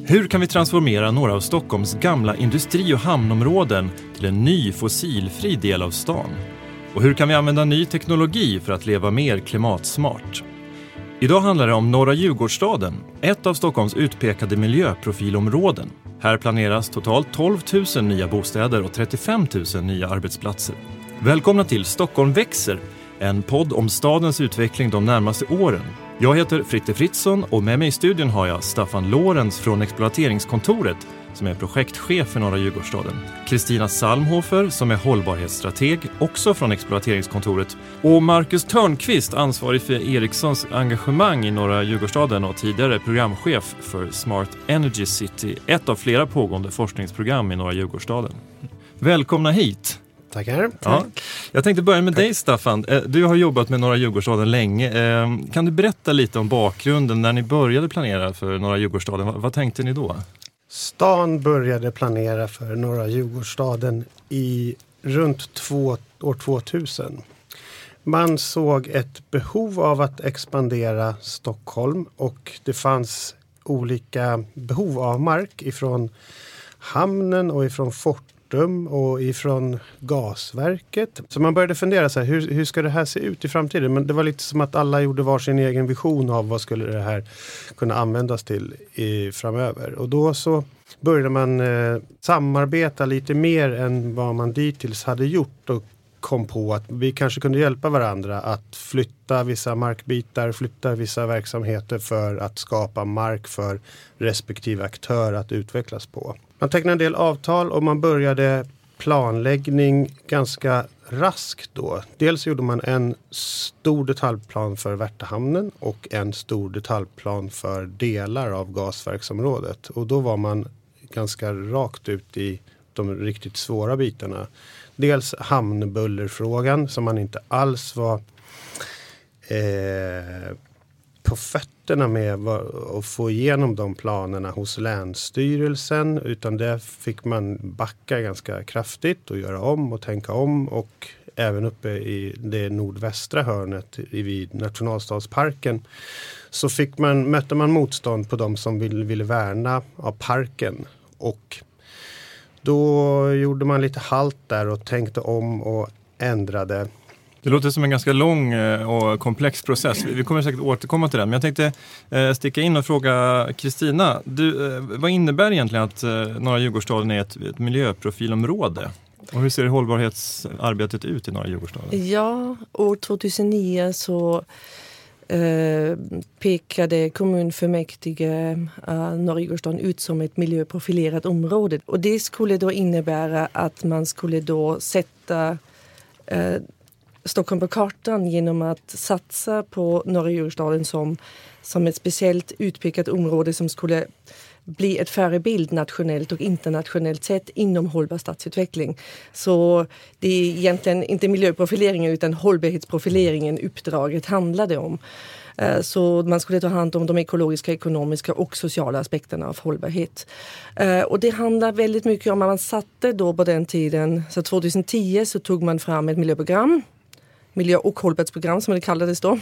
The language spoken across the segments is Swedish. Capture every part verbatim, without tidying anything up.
Hur kan vi transformera några av Stockholms gamla industri- och hamnområden till en ny fossilfri del av stan? Och hur kan vi använda ny teknologi för att leva mer klimatsmart? Idag handlar det om Norra Djurgårdsstaden, ett av Stockholms utpekade miljöprofilområden. Här planeras totalt tolv tusen nya bostäder och trettiofem tusen nya arbetsplatser. Välkomna till Stockholm växer, en podd om stadens utveckling de närmaste åren. Jag heter Fritte Fritzson och med mig i studion har jag Staffan Lorenz från Exploateringskontoret som är projektchef för Norra Djurgårdsstaden. Kristina Salmhofer som är hållbarhetsstrateg, också från Exploateringskontoret. Och Marcus Törnqvist, ansvarig för Ericssons engagemang i Norra Djurgårdsstaden och tidigare programchef för Smart Energy City, ett av flera pågående forskningsprogram i Norra Djurgårdsstaden. Välkomna hit! Tackar. Ja. Jag tänkte börja med dig, Staffan. Du har jobbat med Norra Djurgårdsstaden länge. Kan du berätta lite om bakgrunden när ni började planera för Norra Djurgårdsstaden? Vad, vad tänkte ni då? Stan började planera för Norra Djurgårdsstaden i runt två, år tvåtusen. Man såg ett behov av att expandera Stockholm och det fanns olika behov av mark ifrån hamnen och ifrån fort och ifrån gasverket. Så man började fundera så här, hur, hur ska det här se ut i framtiden? Men det var lite som att alla gjorde var sin egen vision av vad skulle det här kunna användas till i, framöver. Och då så började man eh, samarbeta lite mer än vad man dittills hade gjort och kom på att vi kanske kunde hjälpa varandra att flytta vissa markbitar, flytta vissa verksamheter för att skapa mark för respektive aktör att utvecklas på. Man tecknade en del avtal och man började planläggning ganska raskt då. Dels gjorde man en stor detaljplan för Värtahamnen och en stor detaljplan för delar av gasverksområdet. Och då var man ganska rakt ut i de riktigt svåra bitarna. Dels hamnbullerfrågan som man inte alls var eh, på fötterna med att få igenom de planerna hos Länsstyrelsen, utan där fick man backa ganska kraftigt och göra om och tänka om, och även uppe i det nordvästra hörnet vid Nationalstadsparken så fick man, mötte man motstånd på de som ville, ville värna av parken, och då gjorde man lite halt där och tänkte om och ändrade. Det låter som en ganska lång och komplex process. Vi kommer säkert återkomma till den. Men jag tänkte sticka in och fråga Kristina. Du, vad innebär egentligen att Norra Djurgårdsstaden är ett, ett miljöprofilområde? Och hur ser hållbarhetsarbetet ut i Norra Djurgårdsstaden? Ja, år tvåtusennio så eh, pekade kommunfullmäktige eh, Norra Djurgårdsstaden ut som ett miljöprofilerat område. Och det skulle då innebära att man skulle då sätta eh, Stockholm på kartan genom att satsa på Norra Djurgårdsstaden som, som ett speciellt utpekat område som skulle bli ett förebild nationellt och internationellt sett inom hållbar stadsutveckling. Så det är egentligen inte miljöprofileringen utan hållbarhetsprofileringen uppdraget handlade om. Så man skulle ta hand om de ekologiska, ekonomiska och sociala aspekterna av hållbarhet. Och det handlar väldigt mycket om att man satte då på den tiden, så tjugohundratio så tog man fram ett miljöprogram, miljö- och hållbarhetsprogram som det kallades då.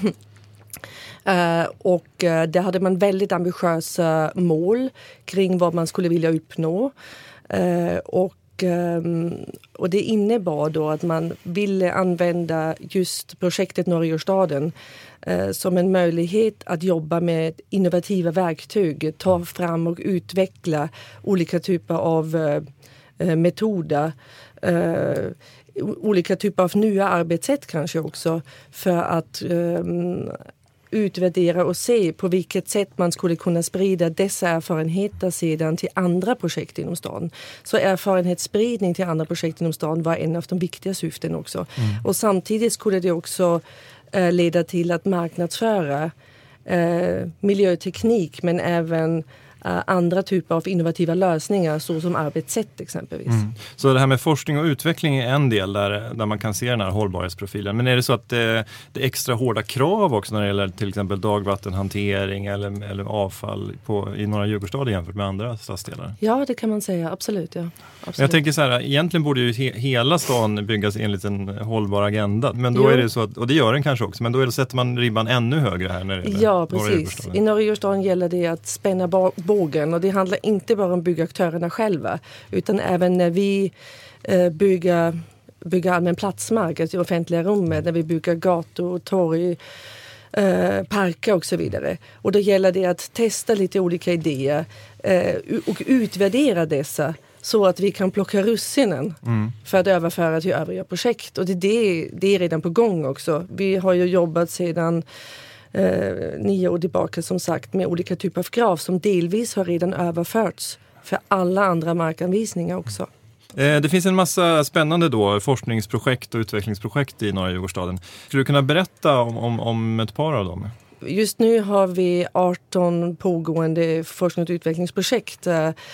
Uh, och uh, där hade man väldigt ambitiösa mål kring vad man skulle vilja uppnå. Uh, och, um, och det innebar då att man ville använda just projektet Norra Djurgårdsstaden uh, som en möjlighet att jobba med innovativa verktyg, ta fram och utveckla olika typer av uh, metoder, uh, olika typer av nya arbetssätt kanske också, för att um, utvärdera och se på vilket sätt man skulle kunna sprida dessa erfarenheter sedan till andra projekt inom stan. Så erfarenhetsspridning till andra projekt inom stan var en av de viktiga syften också. Mm. Och samtidigt skulle det också eh, leda till att marknadsföra eh, miljöteknik men även uh, andra typer av innovativa lösningar så som arbetssätt exempelvis. Mm. Så det här med forskning och utveckling är en del där, där man kan se den här hållbarhetsprofilen. Men är det så att det, det är extra hårda krav också när det gäller till exempel dagvattenhantering eller, eller avfall på, i Norra Djurgårdsstaden jämfört med andra stadsdelar? Ja, det kan man säga. Absolut, ja. Absolut. Jag tänker så här, egentligen borde ju he, hela stan byggas enligt en hållbar agenda. Men då jo. är det så att, och det gör den kanske också, men då är det, sätter man ribban ännu högre här när det gäller Ja, precis. I Norra Djurgårdsstaden gäller det att spänna artbågen. Och det handlar inte bara om byggaktörerna själva, utan även när vi eh, bygger, bygger allmän platsmark, alltså i offentliga rummet, när vi bygger gator, torg, eh, parker och så vidare. Och då gäller det att testa lite olika idéer eh, och utvärdera dessa, så att vi kan plocka russinen mm. för att överföra till övriga projekt. Och det, det, det är redan på gång också. Vi har ju jobbat sedan eh, nio år tillbaka som sagt med olika typer av krav som delvis har redan överförts för alla andra markanvisningar också. Eh, det finns en massa spännande då, forskningsprojekt och utvecklingsprojekt i norra Djurgårdsstaden. Skulle du kunna berätta om, om, om ett par av dem? Just nu har vi arton pågående forsknings- och utvecklingsprojekt.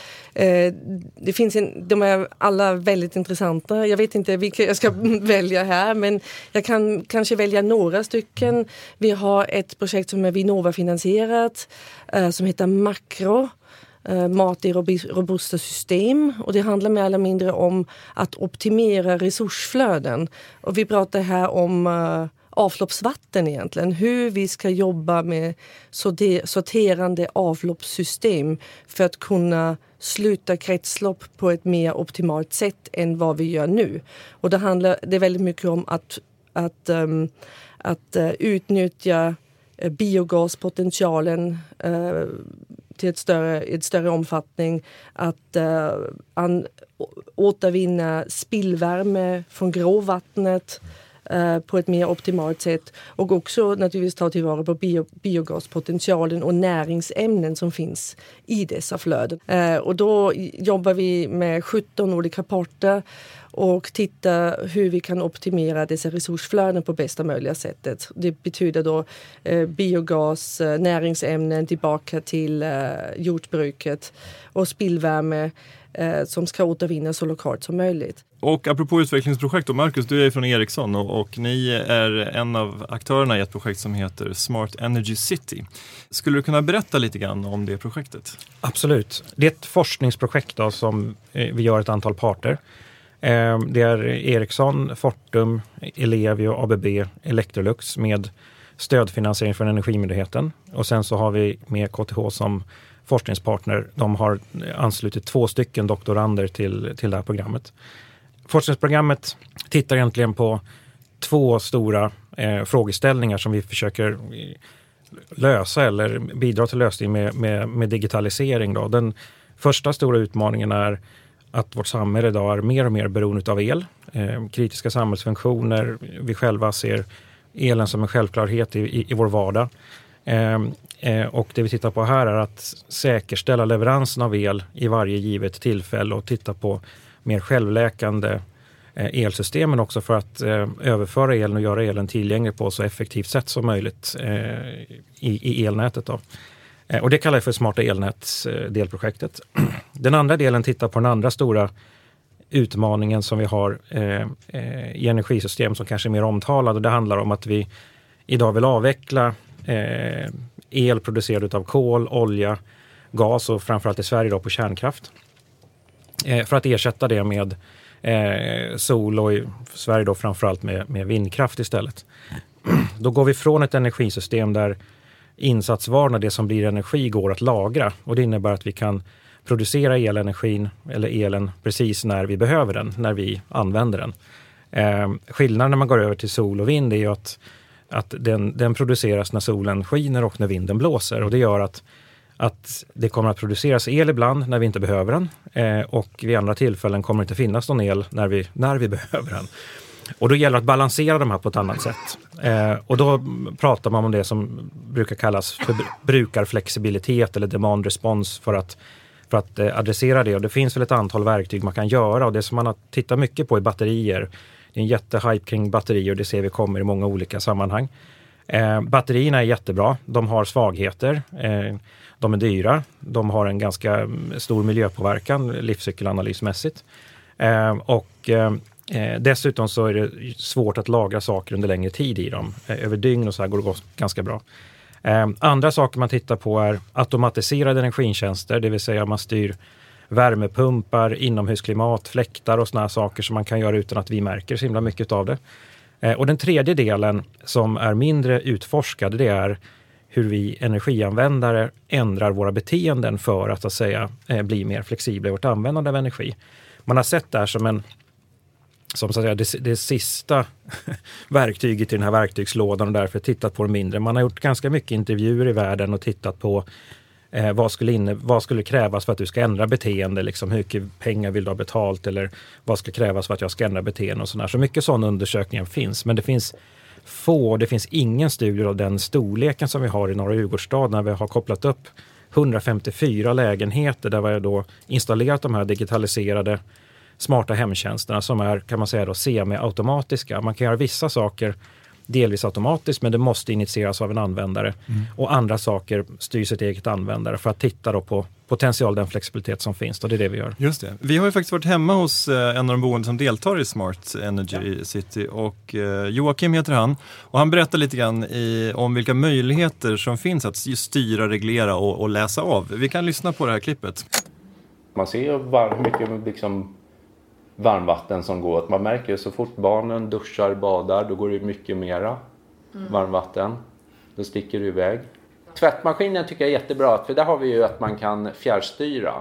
Det finns en, de är alla väldigt intressanta. Jag vet inte vilka jag ska välja här, men jag kan kanske välja några stycken. Vi har ett projekt som är Vinnova-finansierat som heter Makro. Mat i robusta system, och det handlar mer eller mindre om att optimera resursflöden. Och vi pratar här om uh, avloppsvatten egentligen. Hur vi ska jobba med sorterande avloppssystem för att kunna sluta kretslopp på ett mer optimalt sätt än vad vi gör nu. Och det handlar det är väldigt mycket om att, att, um, att uh, utnyttja uh, biogaspotentialen uh, till ett större, ett större omfattning, att uh, an, återvinna spillvärme från gråvattnet uh, på ett mer optimalt sätt, och också naturligtvis ta tillvara på bio, biogaspotentialen och näringsämnen som finns i dessa flöden. Uh, och då jobbar vi med sjutton olika parter och titta hur vi kan optimera dessa resursflöden på bästa möjliga sättet. Det betyder då eh, biogas, eh, näringsämnen tillbaka till eh, jordbruket och spillvärme eh, som ska återvinnas så lokalt som möjligt. Och apropå utvecklingsprojekt, och Marcus, du är från Ericsson och, och ni är en av aktörerna i ett projekt som heter Smart Energy City. Skulle du kunna berätta lite grann om det projektet? Absolut. Det är ett forskningsprojekt då, som eh, vi gör ett antal parter. Det är Ericsson, Fortum, Ellevio, A B B, Electrolux med stödfinansiering från Energimyndigheten. Och sen så har vi med K T H som forskningspartner. De har anslutit två stycken doktorander till, till det här programmet. Forskningsprogrammet tittar egentligen på två stora eh, frågeställningar som vi försöker lösa eller bidra till lösning med, med, med digitalisering. Då. Den första stora utmaningen är att vårt samhälle idag är mer och mer beroende av el. Eh, kritiska samhällsfunktioner, vi själva ser elen som en självklarhet i, i, i vår vardag. Eh, eh, och det vi tittar på här är att säkerställa leveransen av el i varje givet tillfälle och titta på mer självläkande eh, elsystem, men också för att eh, överföra elen och göra elen tillgänglig på så effektivt sätt som möjligt eh, i, i elnätet då. Och det kallar jag för smarta elnätsdelprojektet. Den andra delen tittar på den andra stora utmaningen som vi har eh, i energisystem som kanske är mer omtalad. Och det handlar om att vi idag vill avveckla eh, el producerad av kol, olja, gas och framförallt i Sverige då på kärnkraft. Eh, för att ersätta det med eh, sol och i Sverige då framförallt med, med vindkraft istället. Då går vi från ett energisystem där insatsvarorna, det som blir energi, går att lagra. Och det innebär att vi kan producera elenergin eller elen precis när vi behöver den, när vi använder den. Eh, skillnaden när man går över till sol och vind är ju att, att den, den produceras när solen skiner och när vinden blåser. Och det gör att, att det kommer att produceras el ibland när vi inte behöver den. Eh, och vid andra tillfällen kommer det inte finnas någon el när vi, när vi behöver den. Och då gäller det att balansera de här på ett annat sätt. Eh, och då pratar man om det som brukar kallas för brukarflexibilitet eller demand response för att, för att eh, adressera det. Och det finns väl ett antal verktyg man kan göra, och det som man har tittat mycket på i batterier. Det är en jättehype kring batterier, och det ser vi kommer i många olika sammanhang. Eh, batterierna är jättebra, de har svagheter, eh, de är dyra, de har en ganska stor miljöpåverkan livscykelanalysmässigt. Eh, och... Eh, Eh, dessutom så är det svårt att lagra saker under längre tid i dem. Eh, över dygn och så här går det ganska bra. Eh, andra saker man tittar på är automatiserade energitjänster, det vill säga man styr värmepumpar, inomhusklimat, fläktar och såna här saker som man kan göra utan att vi märker så himla mycket av det. Eh, och den tredje delen som är mindre utforskad, det är hur vi energianvändare ändrar våra beteenden för att, att säga, bli mer flexibla i vårt användande av energi. Man har sett det här som en som så att säga, det, det sista verktyget i den här verktygslådan och därför tittat på det mindre. Man har gjort ganska mycket intervjuer i världen och tittat på eh, vad, skulle inne, vad skulle krävas för att du ska ändra beteende, liksom, hur mycket pengar vill du ha betalt eller vad ska krävas för att jag ska ändra beteende och sådär. Så mycket sådana undersökningar finns, men det finns få, det finns ingen studie av den storleken som vi har i norra Djurgårdsstad när vi har kopplat upp hundrafemtiofyra lägenheter där vi har då installerat de här digitaliserade smarta hemtjänsterna som är, kan man säga då, semi-automatiska. Man kan göra vissa saker delvis automatiskt, men det måste initieras av en användare. Mm. Och andra saker styrs ett eget användare för att titta då på potential, den flexibilitet som finns. Och det är det vi gör. Just det. Vi har ju faktiskt varit hemma hos en av de boende som deltar i Smart Energy ja. City. Och eh, Joakim heter han. Och han berättar lite grann i, om vilka möjligheter som finns att styra, reglera och, och läsa av. Vi kan lyssna på det här klippet. Man ser ju var, hur mycket liksom varmvatten som går. Man märker ju så fort barnen duschar, badar, då går det mycket mera mm. varmvatten. Då sticker det iväg. Tvättmaskinen tycker jag är jättebra, för där har vi ju att man kan fjärrstyra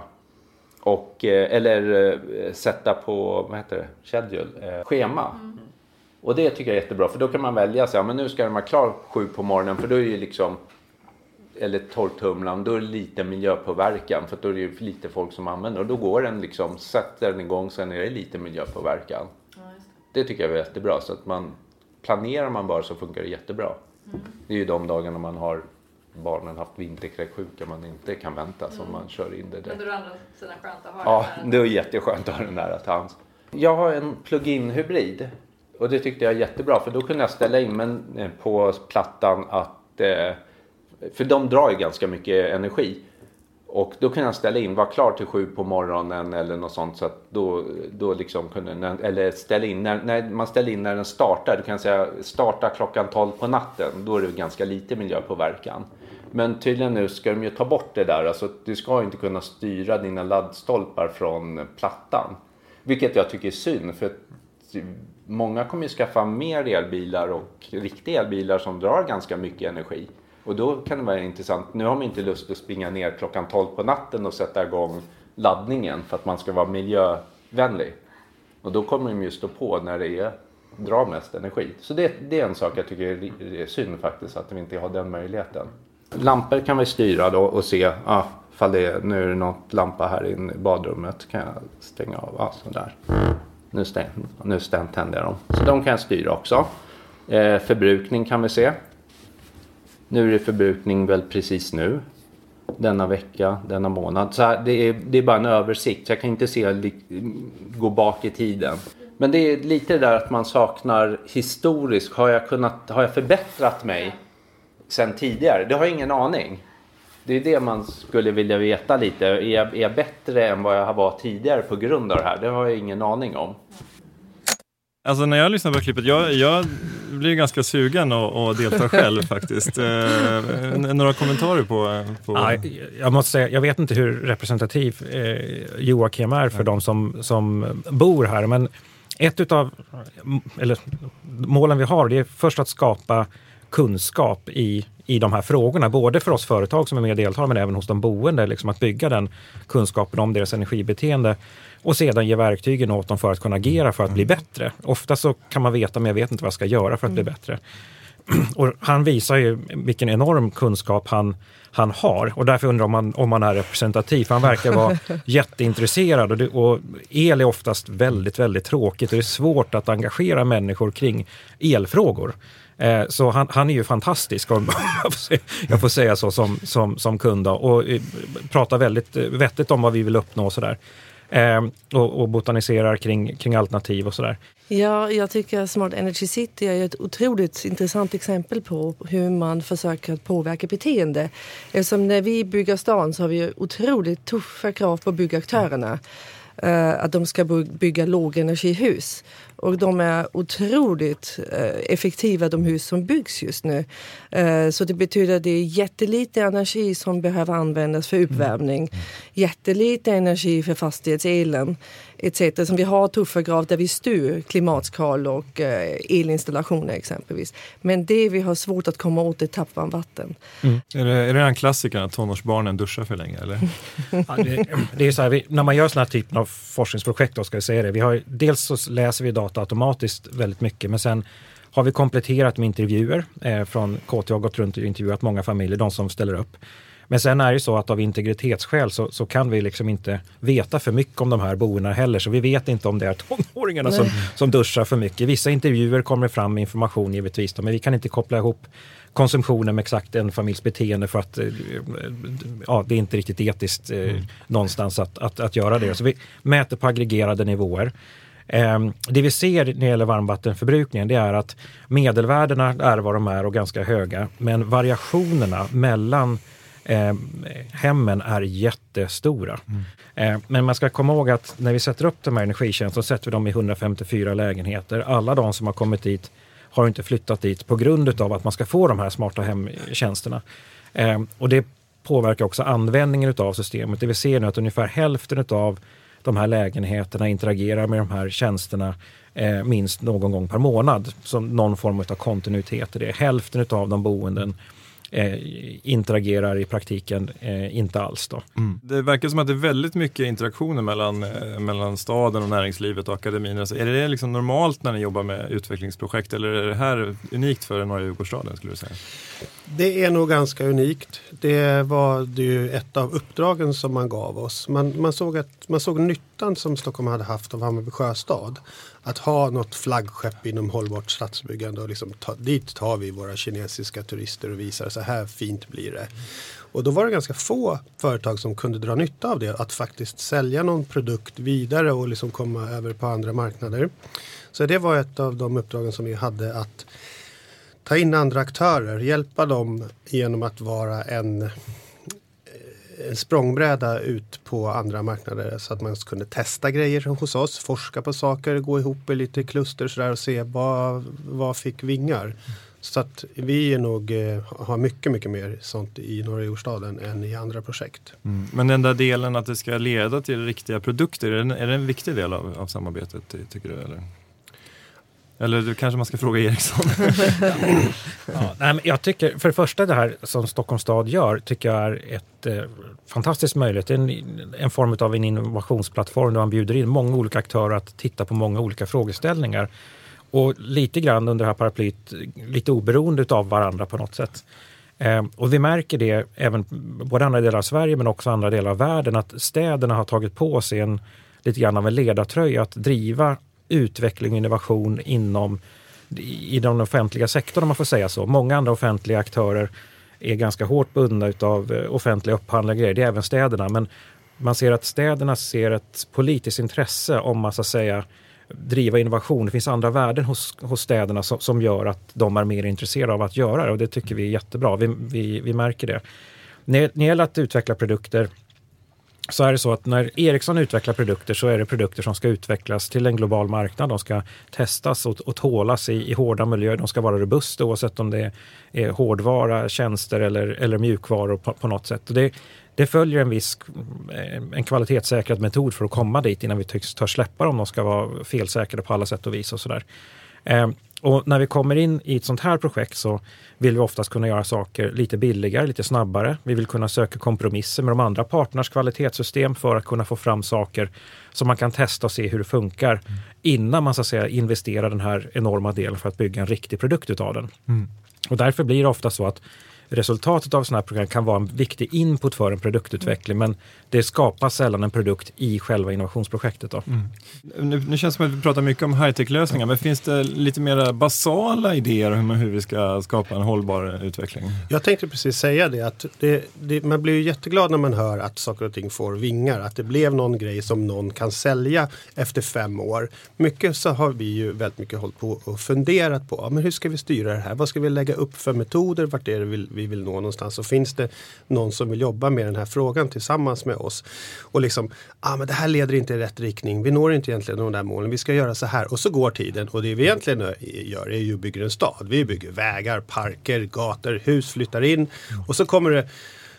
och eller sätta på, vad heter det, schedule, schema. Mm. Och det tycker jag är jättebra, för då kan man välja sig, ja, men nu ska den vara klar sju på morgonen, för då är det ju liksom, eller torrtumlan, då är det lite miljöpåverkan, för då är det ju lite folk som använder, och då går den liksom, sätter den igång, sen är det lite miljöpåverkan. Ja, just det. Det tycker jag är jättebra, så att man planerar man bara så funkar det jättebra. Mm. Det är ju de dagarna man har barnen haft vinterkräksjuka man inte kan vänta, mm. som man kör in det direkt. Men då är det andra sidan skönt att ha ja, den här. Det är jätteskönt att ha den där till hands. Jag har en plug-in hybrid, och det tyckte jag är jättebra, för då kunde jag ställa in men på plattan att eh, för de drar ju ganska mycket energi. Och då kan jag ställa in, vara klar till sju på morgonen eller något sånt. Så att då, då liksom kunde, eller ställa in, när, när man ställer in när den startar. Du kan säga, starta klockan tolv på natten. Då är det ganska lite miljöpåverkan. Men tydligen nu ska de ju ta bort det där. Alltså du ska inte kunna styra dina laddstolpar från plattan. Vilket jag tycker är synd, för många kommer ju skaffa mer elbilar och riktiga elbilar som drar ganska mycket energi. Och då kan det vara intressant. Nu har man inte lust att springa ner klockan tolv på natten och sätta igång laddningen för att man ska vara miljövänlig. Och då kommer de ju stå på när det är, drar mest energi. Så det, det är en sak jag tycker är, är synd faktiskt, att vi inte har den möjligheten. Lampor kan vi styra då och se, ah, fall det är, nu är det något lampa här inne i badrummet, kan jag stänga av, ah, sådär. Nu, stäng, nu stäng, tänder jag dem. Så de kan jag styra också. Eh, förbrukning kan vi se. Nu är det förbrukning väl precis nu. Denna vecka, denna månad. Så här, det, är, det är bara en översikt. Så jag kan inte se gå bak i tiden. Men det är lite där att man saknar historiskt. Har jag, kunnat, har jag förbättrat mig sen tidigare? Det har jag ingen aning. Det är det man skulle vilja veta lite. Är jag, är jag bättre än vad jag har varit tidigare på grund av det här? Det har jag ingen aning om. Alltså när jag lyssnar på klippet, jag, jag blir ganska sugen att, att delta själv faktiskt. Eh, några kommentarer på... på... Ja, jag måste säga, jag vet inte hur representativ eh, Joakim är för ja. de som, som bor här, men ett utav eller, målen vi har, det är först att skapa kunskap i, i de här frågorna, både för oss företag som är med och deltar, men även hos de boende, liksom att bygga den kunskapen om deras energibeteende. Och sedan ge verktygen åt dem för att kunna agera för att bli bättre. Ofta så kan man veta, men jag vet inte vad jag ska göra för att bli bättre. Och han visar ju vilken enorm kunskap han, han har. Och därför undrar om man, om man är representativ. Han verkar vara jätteintresserad. Och, det, och el är oftast väldigt, väldigt tråkigt. Och det är svårt att engagera människor kring elfrågor. Eh, så han, han är ju fantastisk. Och jag, får säga, jag får säga så som, som, som kund. Då, och eh, pratar väldigt vettigt om vad vi vill uppnå och sådär. Eh, och, och botaniserar kring, kring alternativ och sådär. Ja, jag tycker Smart Energy City är ett otroligt intressant exempel på hur man försöker påverka beteende. Eftersom när vi bygger stan så har vi otroligt tuffa krav på byggaktörerna. Uh, att de ska bygga lågenergihus. Och de är otroligt uh, effektiva, de hus som byggs just nu. Uh, så det betyder att det är jättelite energi som behöver användas för uppvärmning. Mm. Jättelite energi för fastighetselen. et cetera som vi har tuffa krav där vi styr klimatskal och eh, elinstallationer exempelvis. Men det vi har svårt att komma åt är tappvarmvatten. Mm. Är, det, är det en klassiker att tonårsbarnen duschar för länge? Eller? Ja, det, det är så här, vi, när man gör såna här typen av forskningsprojekt då ska jag säga det. Vi har, dels så läser vi data automatiskt väldigt mycket, men sen har vi kompletterat med intervjuer eh, från K T H har gått runt och intervjuat många familjer, de som ställer upp. Men sen är det så att av integritetsskäl så, så kan vi liksom inte veta för mycket om de här boendena heller. Så vi vet inte om det är tonåringarna som, som duschar för mycket. Vissa intervjuer kommer fram med information givetvis då, men vi kan inte koppla ihop konsumtionen med exakt en familjs beteende för att ja, det är inte riktigt etiskt eh, mm. någonstans att, att, att göra det. Så vi mäter på aggregerade nivåer. Eh, det vi ser när det gäller varmvattenförbrukningen det är att medelvärdena är vad de är och ganska höga. Men variationerna mellan Eh, hemmen är jättestora. Mm. Eh, men man ska komma ihåg att när vi sätter upp de här energitjänsterna så sätter vi dem i hundrafemtiofyra lägenheter. Alla de som har kommit dit har inte flyttat dit på grund av att man ska få de här smarta hemtjänsterna. Eh, och det påverkar också användningen av systemet. Det vi ser nu att ungefär hälften av de här lägenheterna interagerar med de här tjänsterna eh, minst någon gång per månad. Som någon form av kontinuitet i det. Hälften av de boenden Eh, interagerar i praktiken eh, inte alls då. Mm. Det verkar som att det är väldigt mycket interaktioner mellan, eh, mellan staden och näringslivet och akademin. Alltså, är det liksom normalt när ni jobbar med utvecklingsprojekt eller är det här unikt för norra Djurgårdsstaden skulle du säga? Det är nog ganska unikt. Det var det ju ett av uppdragen som man gav oss. Man, man, såg att, man såg nyttan som Stockholm hade haft av Hammarby sjöstad. Att ha något flaggskepp inom hållbart stadsbyggande och liksom ta, dit tar vi våra kinesiska turister och visar så här fint blir det. Och då var det ganska få företag som kunde dra nytta av det. Att faktiskt sälja någon produkt vidare och liksom komma över på andra marknader. Så det var ett av de uppdragen som vi hade att ta in andra aktörer, hjälpa dem genom att vara en, en språngbräda ut på andra marknader så att man kunde testa grejer hos oss, forska på saker, gå ihop i lite kluster så där och se vad, vad fick vingar. Så att vi är nog, har mycket, mycket mer sånt i norra Djurgårdsstaden än i andra projekt. Mm. Men den där delen att det ska leda till riktiga produkter, är det, är det en viktig del av, av samarbetet tycker du eller? Eller du kanske man ska fråga Eriksson. ja, nej, men jag tycker, för det första det här som Stockholms stad gör tycker jag är ett eh, fantastiskt möjlighet. En, en form av en innovationsplattform där man bjuder in många olika aktörer att titta på många olika frågeställningar. Och lite grann under det här paraplyt, lite oberoende av varandra på något sätt. Eh, och vi märker det även både andra delar av Sverige men också andra delar av världen att städerna har tagit på sig en, lite grann av en ledartröja att driva utveckling och innovation inom i den offentliga sektorn om man får säga så. Många andra offentliga aktörer är ganska hårt bundna av offentliga upphandlingar. Det är även städerna. Men man ser att städerna ser ett politiskt intresse om man så att säga driva innovation. Det finns andra värden hos, hos städerna som, som gör att de är mer intresserade av att göra det. Och det tycker vi är jättebra. Vi, vi, vi märker det. När, när det gäller att utveckla produkter så är det så att när Ericsson utvecklar produkter så är det produkter som ska utvecklas till en global marknad. De ska testas och, och tålas i, i hårda miljöer. De ska vara robusta oavsett om det är hårdvara, tjänster eller, eller mjukvaror på, på något sätt. Och det, det följer en viss en kvalitetssäkrad metod för att komma dit innan vi tycks tar släppa dem. De ska vara felsäkrade på alla sätt och vis och sådär. Eh, och när vi kommer in i ett sånt här projekt så vill vi oftast kunna göra saker lite billigare, lite snabbare. Vi vill kunna söka kompromisser med de andra partners kvalitetssystem för att kunna få fram saker som man kan testa och se hur det funkar mm. innan man så att säga investerar den här enorma delen för att bygga en riktig produkt utav den. Mm. Och därför blir det ofta så att resultatet av sådana här program kan vara en viktig input för en produktutveckling men det skapar sällan en produkt i själva innovationsprojektet. Då. Mm. Nu, nu känns det som att vi pratar mycket om high-tech-lösningar men finns det lite mer basala idéer om hur vi ska skapa en hållbar utveckling? Jag tänkte precis säga det att det, det, man blir ju jätteglad när man hör att saker och ting får vingar, att det blev någon grej som någon kan sälja efter fem år. Mycket så har vi ju väldigt mycket hållit på och funderat på, men hur ska vi styra det här? Vad ska vi lägga upp för metoder? Vart är det vi, vi vill nå någonstans? Så finns det någon som vill jobba med den här frågan tillsammans med oss och liksom, ah, men det här leder inte i rätt riktning. Vi når inte egentligen de där målen. Vi ska göra så här. Och så går tiden. Och det vi egentligen gör är ju bygger en stad. Vi bygger vägar, parker, gator, hus flyttar in. Och så kommer det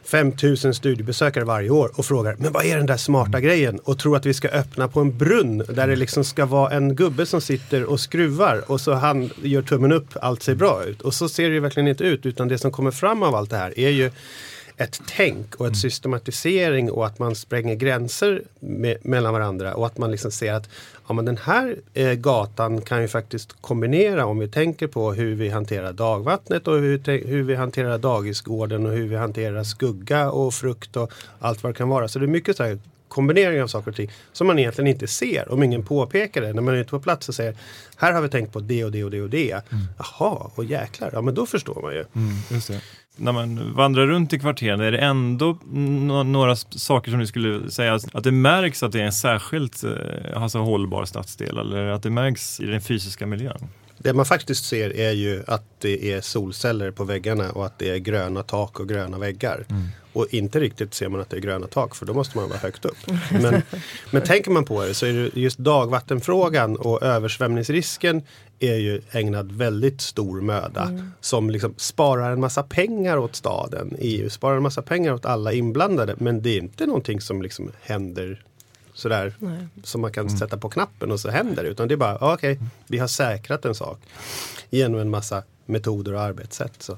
fem tusen studiebesökare varje år och frågar, men vad är den där smarta grejen? Och tror att vi ska öppna på en brunn där det liksom ska vara en gubbe som sitter och skruvar och så han gör tummen upp, allt ser bra ut. Och så ser det ju verkligen inte ut, utan det som kommer fram av allt det här är ju ett tänk och ett systematisering och att man spränger gränser med, mellan varandra och att man liksom ser att ja, men den här eh, gatan kan ju faktiskt kombinera, om vi tänker på hur vi hanterar dagvattnet och hur, hur vi hanterar dagisgården och hur vi hanterar skugga och frukt och allt vad det kan vara. Så det är mycket så här kombinering av saker och ting som man egentligen inte ser om ingen påpekar det. När man är ute på plats och säger, här har vi tänkt på det och det och det och det. Mm. Jaha, och jäklar, ja men då förstår man ju. Mm, just det. När man vandrar runt i kvarteren, är det ändå n- några saker som du skulle säga att det märks att det är en särskilt eh, alltså hållbar stadsdel, eller att det märks i den fysiska miljön? Det man faktiskt ser är ju att det är solceller på väggarna och att det är gröna tak och gröna väggar. Mm. Och inte riktigt ser man att det är gröna tak, för då måste man vara högt upp. Men, men tänker man på det så är det just dagvattenfrågan och översvämningsrisken är ju ägnad väldigt stor möda. Mm. Som liksom sparar en massa pengar åt staden. E U sparar en massa pengar åt alla inblandade. Men det är inte någonting som liksom händer sådär. Nej. Som man kan mm. sätta på knappen och så händer det. Utan det är bara, okej, okay, vi har säkrat en sak. Genom en massa metoder och arbetssätt. Så.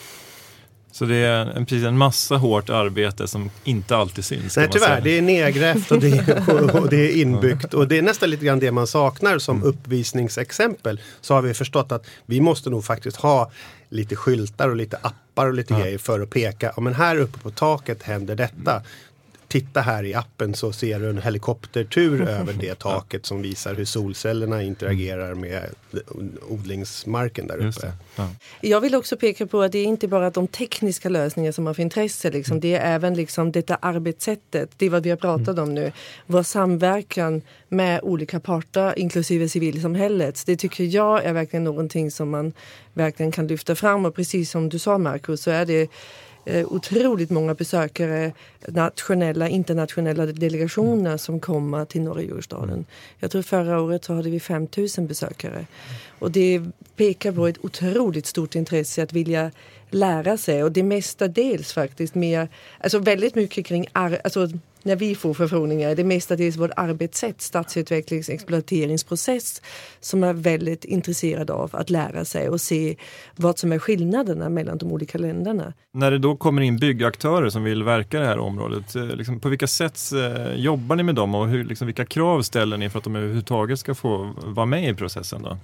Så det är en, precis en massa hårt arbete som inte alltid syns. Nej, tyvärr. Säga. Det är nedgrävt och det är, och, och det är inbyggt. Och det är nästan lite grann det man saknar som mm. uppvisningsexempel. Så har vi förstått att vi måste nog faktiskt ha lite skyltar och lite appar och lite ja. grejer för att peka. Ja, men här uppe på taket händer detta. Mm. Titta här i appen så ser du en helikoptertur över det taket som visar hur solcellerna interagerar med odlingsmarken där uppe. Ja. Jag vill också peka på att det är inte bara de tekniska lösningar som har för intresse. Liksom. Mm. Det är även liksom detta arbetssättet. Det är vad vi har pratat mm. om nu. Vår samverkan med olika parter, inklusive civilsamhället. Det tycker jag är verkligen någonting som man verkligen kan lyfta fram. Och precis som du sa, Marcus, så är det otroligt många besökare, nationella, internationella delegationer som kommer till norra Djurgårdsstaden. Jag tror förra året så hade vi fem tusen besökare. Och det pekar på ett otroligt stort intresse att vilja lära sig. Och det mesta dels faktiskt mer, alltså väldigt mycket kring, ar- alltså när vi får förfrågningar, det mesta dels vårt arbetssätt, stadsutvecklings- exploateringsprocess som är väldigt intresserad av att lära sig och se vad som är skillnaderna mellan de olika länderna. När det då kommer in byggaktörer som vill verka i det här området, liksom, på vilka sätt eh, jobbar ni med dem och hur, liksom, vilka krav ställer ni för att de överhuvudtaget ska få vara med i processen då?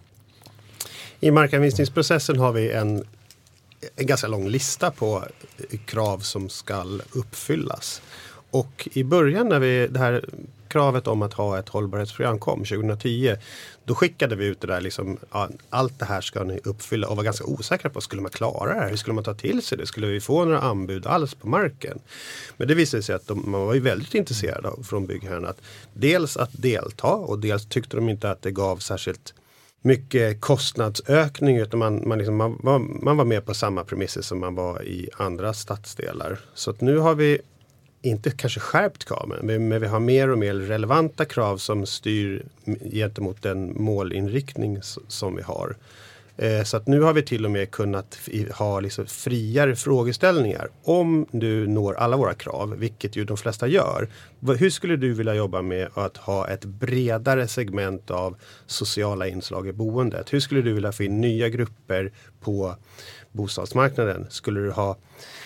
I markanvisningsprocessen har vi en en ganska lång lista på krav som ska uppfyllas. Och i början när vi, det här kravet om att ha ett hållbarhetsprogram kom tjugohundratio, då skickade vi ut det där liksom, ja, allt det här ska ni uppfylla och var ganska osäkra på, skulle man klara det här? Hur skulle man ta till sig det? Skulle vi få några anbud alls på marken? Men det visade sig att de, man var ju väldigt intresserad av, från byggherrarna, att dels att delta och dels tyckte de inte att det gav särskilt mycket kostnadsökning, utan man, man, liksom, man, var, man var med på samma premisser som man var i andra stadsdelar. Så att nu har vi inte kanske skärpt kraven, men vi har mer och mer relevanta krav som styr gentemot den målinriktning som vi har. Så att nu har vi till och med kunnat ha liksom friare frågeställningar. Om du når alla våra krav, vilket ju de flesta gör. Hur skulle du vilja jobba med att ha ett bredare segment av sociala inslag i boendet? Hur skulle du vilja få in nya grupper på bostadsmarknaden? Skulle du ha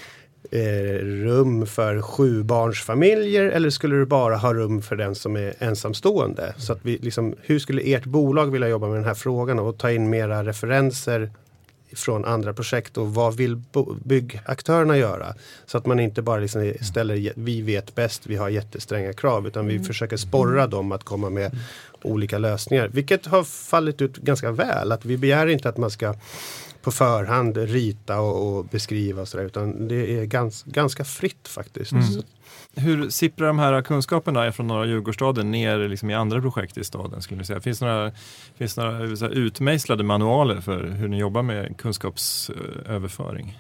eh, rum för sjubarnsfamiljer eller skulle du bara ha rum för den som är ensamstående? Så att vi liksom, hur skulle ert bolag vilja jobba med den här frågan och ta in mera referenser från andra projekt och vad vill byggaktörerna göra? Så att man inte bara liksom ställer vi vet bäst, vi har jättestränga krav, utan vi mm. försöker sporra dem att komma med mm. olika lösningar. Vilket har fallit ut ganska väl. Att vi begär inte att man ska på förhand rita och, och beskriva och sådär, utan det är gans, ganska fritt faktiskt. Mm. Hur sipprar de här kunskaperna från norra Djurgårdsstaden ner liksom i andra projekt i staden, skulle ni säga? Finns det några, finns det några så här, utmejslade manualer för hur ni jobbar med kunskapsöverföring?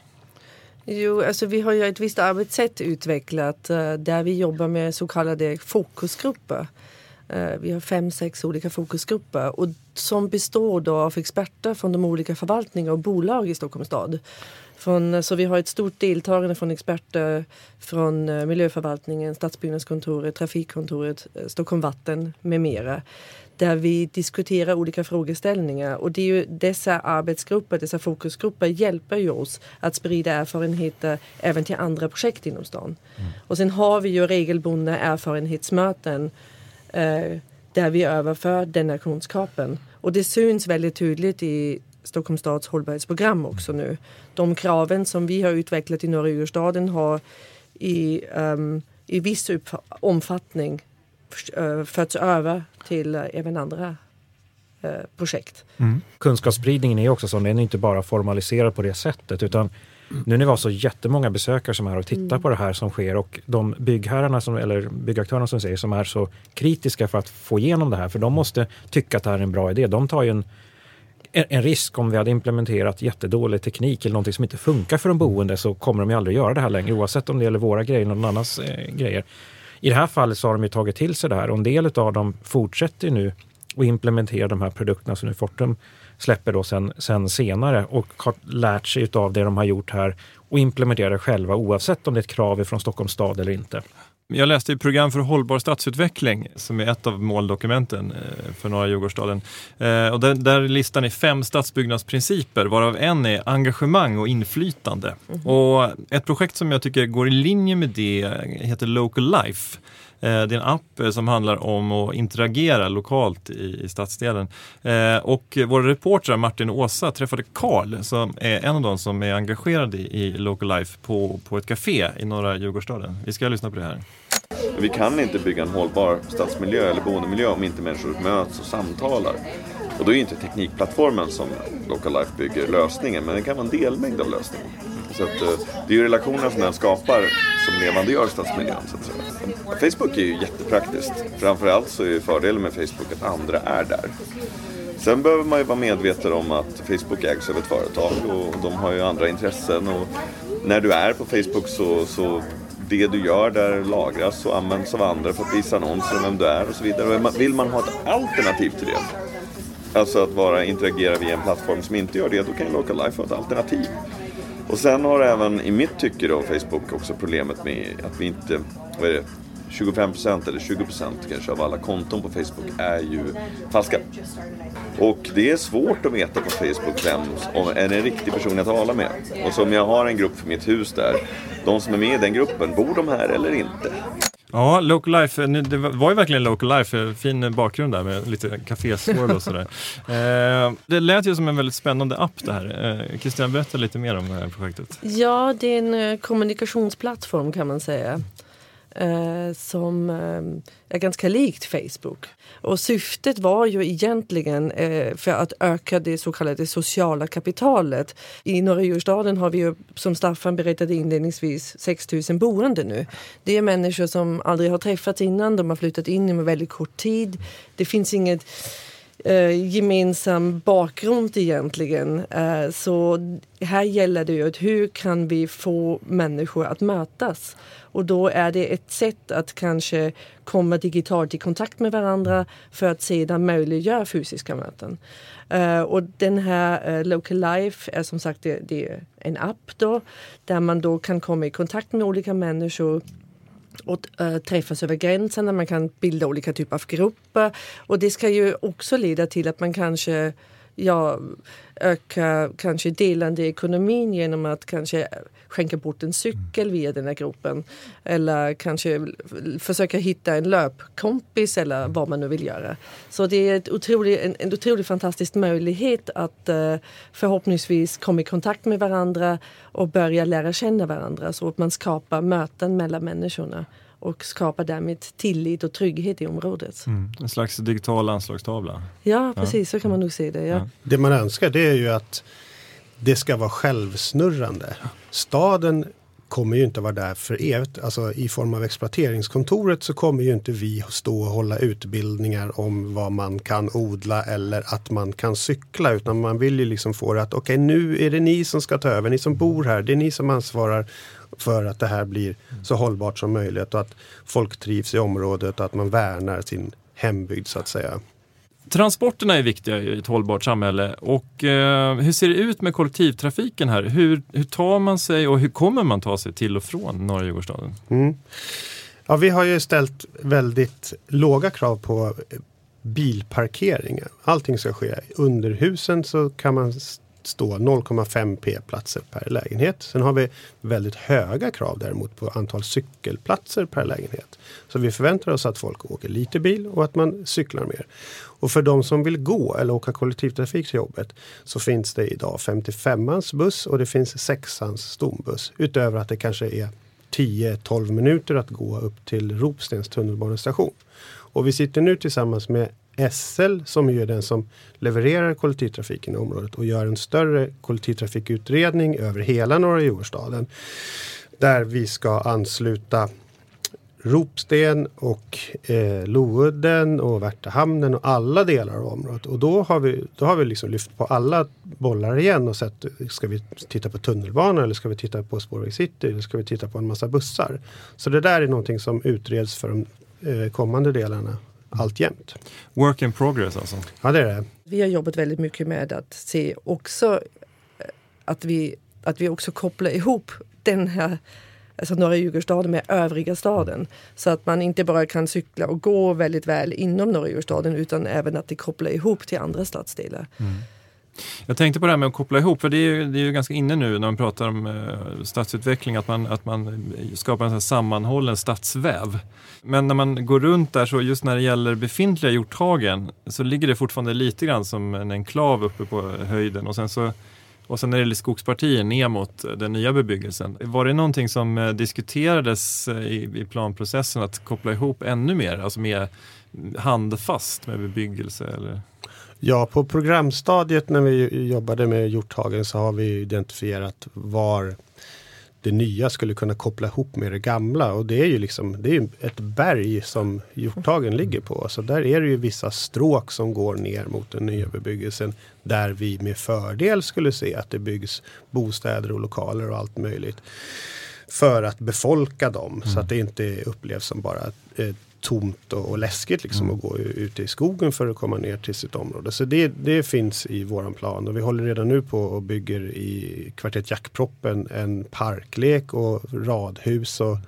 Jo, alltså vi har ju ett visst arbetssätt utvecklat där vi jobbar med så kallade fokusgrupper. Vi har fem, sex olika fokusgrupper och som består då av experter från de olika förvaltningar och bolag i Stockholms stad. Från, så vi har ett stort deltagande från experter från miljöförvaltningen, stadsbyggnadskontoret, trafikkontoret, Stockholm Vatten med mera. Där vi diskuterar olika frågeställningar och det är ju dessa arbetsgrupper, dessa fokusgrupper hjälper ju oss att sprida erfarenheter även till andra projekt inom stan. Mm. Och sen har vi ju regelbundna erfarenhetsmöten eh, där vi överför denna kunskapen. Och det syns väldigt tydligt i Stockholms stads hållbarhetsprogram också nu. De kraven som vi har utvecklat i norra Djurgårdsstaden har i, um, i viss omfattning förts över till uh, även andra uh, projekt. Mm. Kunskapsspridningen är också sån, den är inte bara formaliserad på det sättet utan mm. nu när vi har så jättemånga besökare som är och tittar mm. på det här som sker och de byggherrarna som, eller byggaktörerna som säger som är så kritiska för att få igenom det här för de måste tycka att det här är en bra idé. De tar ju en En risk om vi hade implementerat jättedålig teknik eller någonting som inte funkar för de boende så kommer de ju aldrig göra det här längre oavsett om det gäller våra grejer eller någon annans eh, grejer. I det här fallet så har de ju tagit till sig det här och en del av dem fortsätter nu att implementera de här produkterna som nu Fortum släpper då sen, sen senare och har lärt sig av det de har gjort här och implementerar det själva oavsett om det är ett krav från Stockholms stad eller inte. Jag läste i program för hållbar stadsutveckling som är ett av måldokumenten för norra Djurgårdsstaden. Och där, där listar ni fem stadsbyggnadsprinciper varav en är engagemang och inflytande. Mm. Och ett projekt som jag tycker går i linje med det heter Local Life. Det är en app som handlar om att interagera lokalt i, i stadsdelen. Eh, och våra reportrar Martin och Åsa träffade Karl som är en av dem som är engagerad i, i Local Life på, på ett café i norra Djurgårdsstaden. Vi ska lyssna på det här. Vi kan inte bygga en hållbar stadsmiljö eller boendemiljö om inte människor möts och samtalar. Och då är inte teknikplattformen som Local Life bygger lösningen, men det kan vara en delmängd av lösningen. Så att, det är ju relationerna som den skapar som levandegör stadsmiljön. Så att säga. Facebook är ju jättepraktiskt. Framförallt så är fördelen med Facebook att andra är där. Sen behöver man ju vara medveten om att Facebook ägs av ett företag och de har ju andra intressen. Och när du är på Facebook så, så det du gör där lagras och används av andra för att visa annonser om vem du är och så vidare. Och vill man ha ett alternativ till det, alltså att vara interagera via en plattform som inte gör det, då kan Local Life ha ett alternativ. Och sen har även i mitt tycke då Facebook också problemet med att vi inte, vad är det, tjugofem procent eller tjugo procent kanske av alla konton på Facebook är ju falska. Och det är svårt att veta på Facebook vem om är en riktig person jag talar med. Och så om jag har en grupp för mitt hus där, de som är med i den gruppen, bor de här eller inte? Ja, Local Life, det var ju verkligen Local Life, fin bakgrund där med lite kafésvård och sådär. Det lät ju som en väldigt spännande app det här. Kristina, berätta lite mer om det här projektet. Ja, det är en kommunikationsplattform kan man säga. Eh, som eh, är ganska likt Facebook. Och syftet var ju egentligen eh, för att öka det så kallade sociala kapitalet. I norra Djurgårdsstaden har vi ju, som Staffan berättade inledningsvis, sex tusen boende nu. Det är människor som aldrig har träffats innan, de har flyttat in med väldigt kort tid. Det finns inget eh, gemensam bakgrund egentligen. Eh, så här gäller det ju att hur kan vi få människor att mötas? Och då är det ett sätt att kanske komma digitalt i kontakt med varandra för att sedan möjliggöra fysiska möten. Uh, och den här uh, Local Life är som sagt det, det är en app då, där man då kan komma i kontakt med olika människor och uh, träffas över gränserna. Man kan bilda olika typer av grupper. Och det ska ju också leda till att man kanske ja, öka kanske delande ekonomin genom att kanske skänka bort en cykel via den här gruppen. Eller kanske försöka hitta en löpkompis eller vad man nu vill göra. Så det är ett otroligt, en, en otroligt fantastisk möjlighet att uh, förhoppningsvis komma i kontakt med varandra och börja lära känna varandra. Så att man skapar möten mellan människorna. Och skapa därmed tillit och trygghet i området. Mm. En slags digital anslagstavla. Ja, precis. Ja. Så kan man nog se det. Ja. Ja. Det man önskar det är ju att det ska vara självsnurrande. Staden kommer ju inte vara där för evigt. Alltså i form av exploateringskontoret så kommer ju inte vi stå och hålla utbildningar om vad man kan odla eller att man kan cykla. Utan man vill ju liksom få det att okej, okay, nu är det ni som ska ta över. Ni som bor här, det är ni som ansvarar för att det här blir så hållbart som möjligt och att folk trivs i området och att man värnar sin hembygd så att säga. Transporterna är viktiga i ett hållbart samhälle och eh, hur ser det ut med kollektivtrafiken här? Hur, hur tar man sig och hur kommer man ta sig till och från norra Djurgårdsstaden? Mm. Ja, vi har ju ställt väldigt låga krav på bilparkeringar. Allting ska ske under husen, så kan man stå noll komma fem p-platser per lägenhet. Sen har vi väldigt höga krav däremot på antal cykelplatser per lägenhet. Så vi förväntar oss att folk åker lite bil och att man cyklar mer. Och för de som vill gå eller åka kollektivtrafik till jobbet så finns det idag femtiofemmans buss och det finns sexans stombuss. Utöver att det kanske är tio till tolv minuter att gå upp till Ropstens tunnelbanestation. Och vi sitter nu tillsammans med S L som är den som levererar kollektivtrafiken i området och gör en större kollektivtrafikutredning över hela norra Djurgårdsstaden. Där vi ska ansluta Ropsten och eh, Loudden och Värtahamnen och alla delar av området. Och då har vi, då har vi liksom lyft på alla bollar igen och sett, ska vi titta på tunnelbanan eller ska vi titta på Spårväg City eller ska vi titta på en massa bussar. Så det där är någonting som utreds för de eh, kommande delarna alltjämt. Work in progress alltså? Ja, det är det. Vi har jobbat väldigt mycket med att se också att vi, att vi också kopplar ihop den här, alltså norra Djurgårdsstaden med övriga staden. Så att man inte bara kan cykla och gå väldigt väl inom norra Djurgårdsstaden utan även att det kopplar ihop till andra stadsdelar. Mm. Jag tänkte på det här med att koppla ihop, för det är ju, det är ju ganska inne nu när man pratar om eh, stadsutveckling att man, att man skapar en sån här sammanhållen stadsväv. Men när man går runt där, så just när det gäller befintliga Hjorthagen så ligger det fortfarande lite grann som en enklav uppe på höjden och sen så och sen när det gäller skogspartier ner mot den nya bebyggelsen. Var det någonting som diskuterades i, i planprocessen att koppla ihop ännu mer, alltså mer handfast med bebyggelse eller? Ja, på programstadiet när vi jobbade med Hjorthagen så har vi identifierat var det nya skulle kunna koppla ihop med det gamla. Och det är ju liksom, det är ett berg som Hjorthagen ligger på. Så där är det ju vissa stråk som går ner mot den nya bebyggelsen där vi med fördel skulle se att det byggs bostäder och lokaler och allt möjligt för att befolka dem. Mm. Så att det inte upplevs som bara ett tomt och, och läskigt liksom mm. att gå ute i skogen för att komma ner till sitt område. Så det, det finns i våran plan och vi håller redan nu på och bygger i kvarteret Jackproppen en parklek och radhus och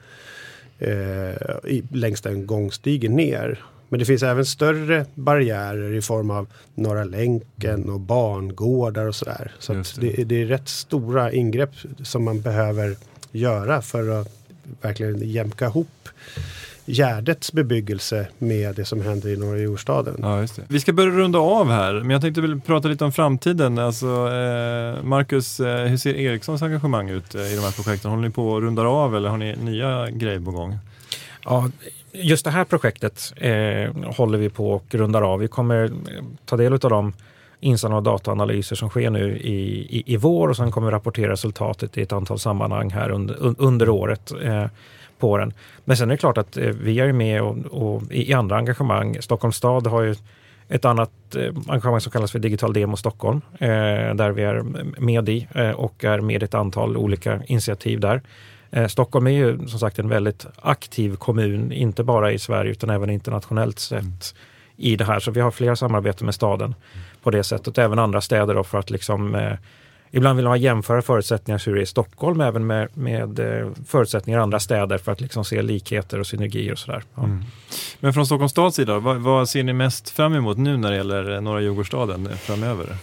eh, i, längs den gångstigen ner. Men det finns även större barriärer i form av Norra länken och barngårdar och sådär. Så att det, det är rätt stora ingrepp som man behöver göra för att verkligen jämka ihop Gärdets bebyggelse med det som händer i norra Djurgårdsstaden. Ja, just det. Vi ska börja runda av här, men jag tänkte väl prata lite om framtiden. Alltså, eh, Marcus, eh, hur ser Ericssons engagemang ut eh, i de här projekten? Håller ni på att runda av eller har ni nya grejer på gång? Ja, just det här projektet eh, håller vi på och rundar av. Vi kommer ta del av de insamlade och dataanalyser som sker nu i, i, i vår och sen kommer vi rapportera resultatet i ett antal sammanhang här under, under året. Eh, på den. Men sen är det klart att eh, vi är med och, och i, i andra engagemang. Stockholms stad har ju ett annat eh, engagemang som kallas för Digital Demo Stockholm eh, där vi är med i eh, och är med i ett antal olika initiativ där. Eh, Stockholm är ju som sagt en väldigt aktiv kommun, inte bara i Sverige utan även internationellt sett mm. i det här. Så vi har flera samarbeten med staden mm. på det sättet. Även andra städer då för att liksom eh, ibland vill man jämföra förutsättningar hur det är i Stockholm även med, med förutsättningar i andra städer för att liksom se likheter och synergier och sådär. Ja. Mm. Men från Stockholms stads sida, vad, vad ser ni mest fram emot nu när det gäller norra Djurgårdsstaden framöver?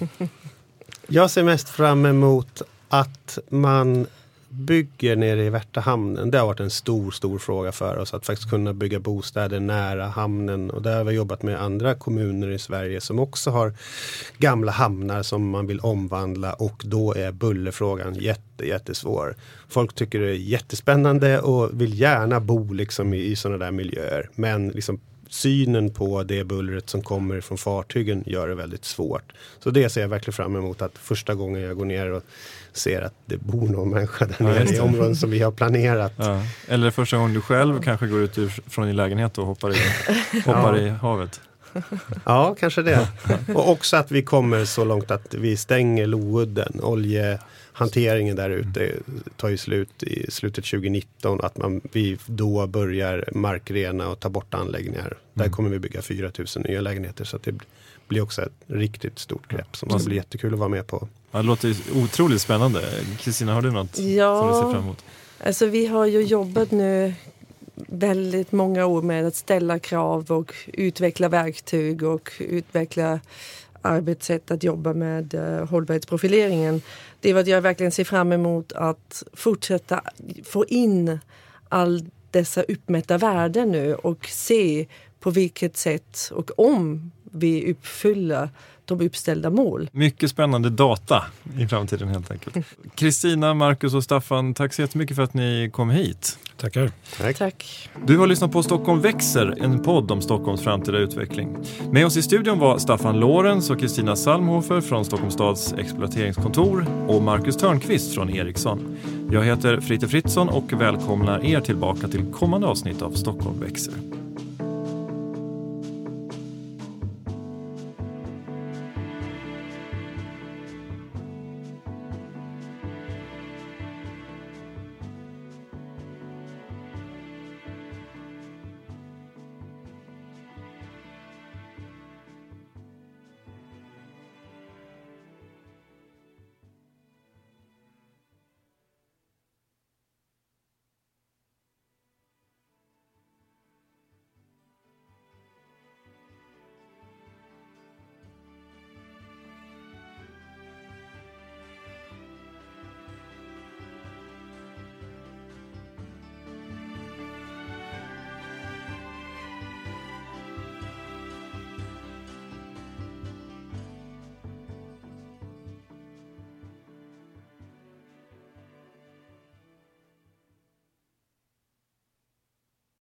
Jag ser mest fram emot att man bygger nere i Värtahamnen. Det har varit en stor, stor fråga för oss att faktiskt kunna bygga bostäder nära hamnen. Och där har vi jobbat med andra kommuner i Sverige som också har gamla hamnar som man vill omvandla och då är bullerfrågan jätte, jättesvår. Folk tycker det är jättespännande och vill gärna bo liksom i, i sådana där miljöer. Men liksom synen på det bullret som kommer från fartygen gör det väldigt svårt. Så det ser jag verkligen fram emot att första gången jag går ner och ser att det bor någon människa där nere ja, i områden som vi har planerat. Ja. Eller första gången du själv kanske går ut ur, från din lägenhet och hoppar i, hoppar ja. i havet. Ja, kanske det. Och också att vi kommer så långt att vi stänger Loudden. Oljehanteringen där ute tar ju slut i slutet tjugonitton. Att man, vi då börjar markrena och ta bort anläggningar. Mm. Där kommer vi bygga fyra tusen nya lägenheter. Så att det blir också ett riktigt stort grepp som ska bli jättekul att vara med på. Ja, det låter otroligt spännande. Kristina, har du något ja, som du ser fram emot? Alltså vi har ju jobbat nu väldigt många år med att ställa krav och utveckla verktyg och utveckla arbetssätt att jobba med uh, hållbarhetsprofileringen. Det är vad jag verkligen ser fram emot, att fortsätta få in all dessa uppmätta värden nu och se på vilket sätt och om vi uppfyller de uppställda mål. Mycket spännande data i framtiden helt enkelt. Kristina, Marcus och Staffan, tack så jättemycket för att ni kom hit. Tackar. Tack. Tack. Du har lyssnat på Stockholm växer, en podd om Stockholms framtida utveckling. Med oss i studion var Staffan Lorenz och Kristina Salmhofer från Stockholms stads exploateringskontor och Marcus Törnqvist från Ericsson. Jag heter Fritte Fritzson och välkomnar er tillbaka till kommande avsnitt av Stockholm växer.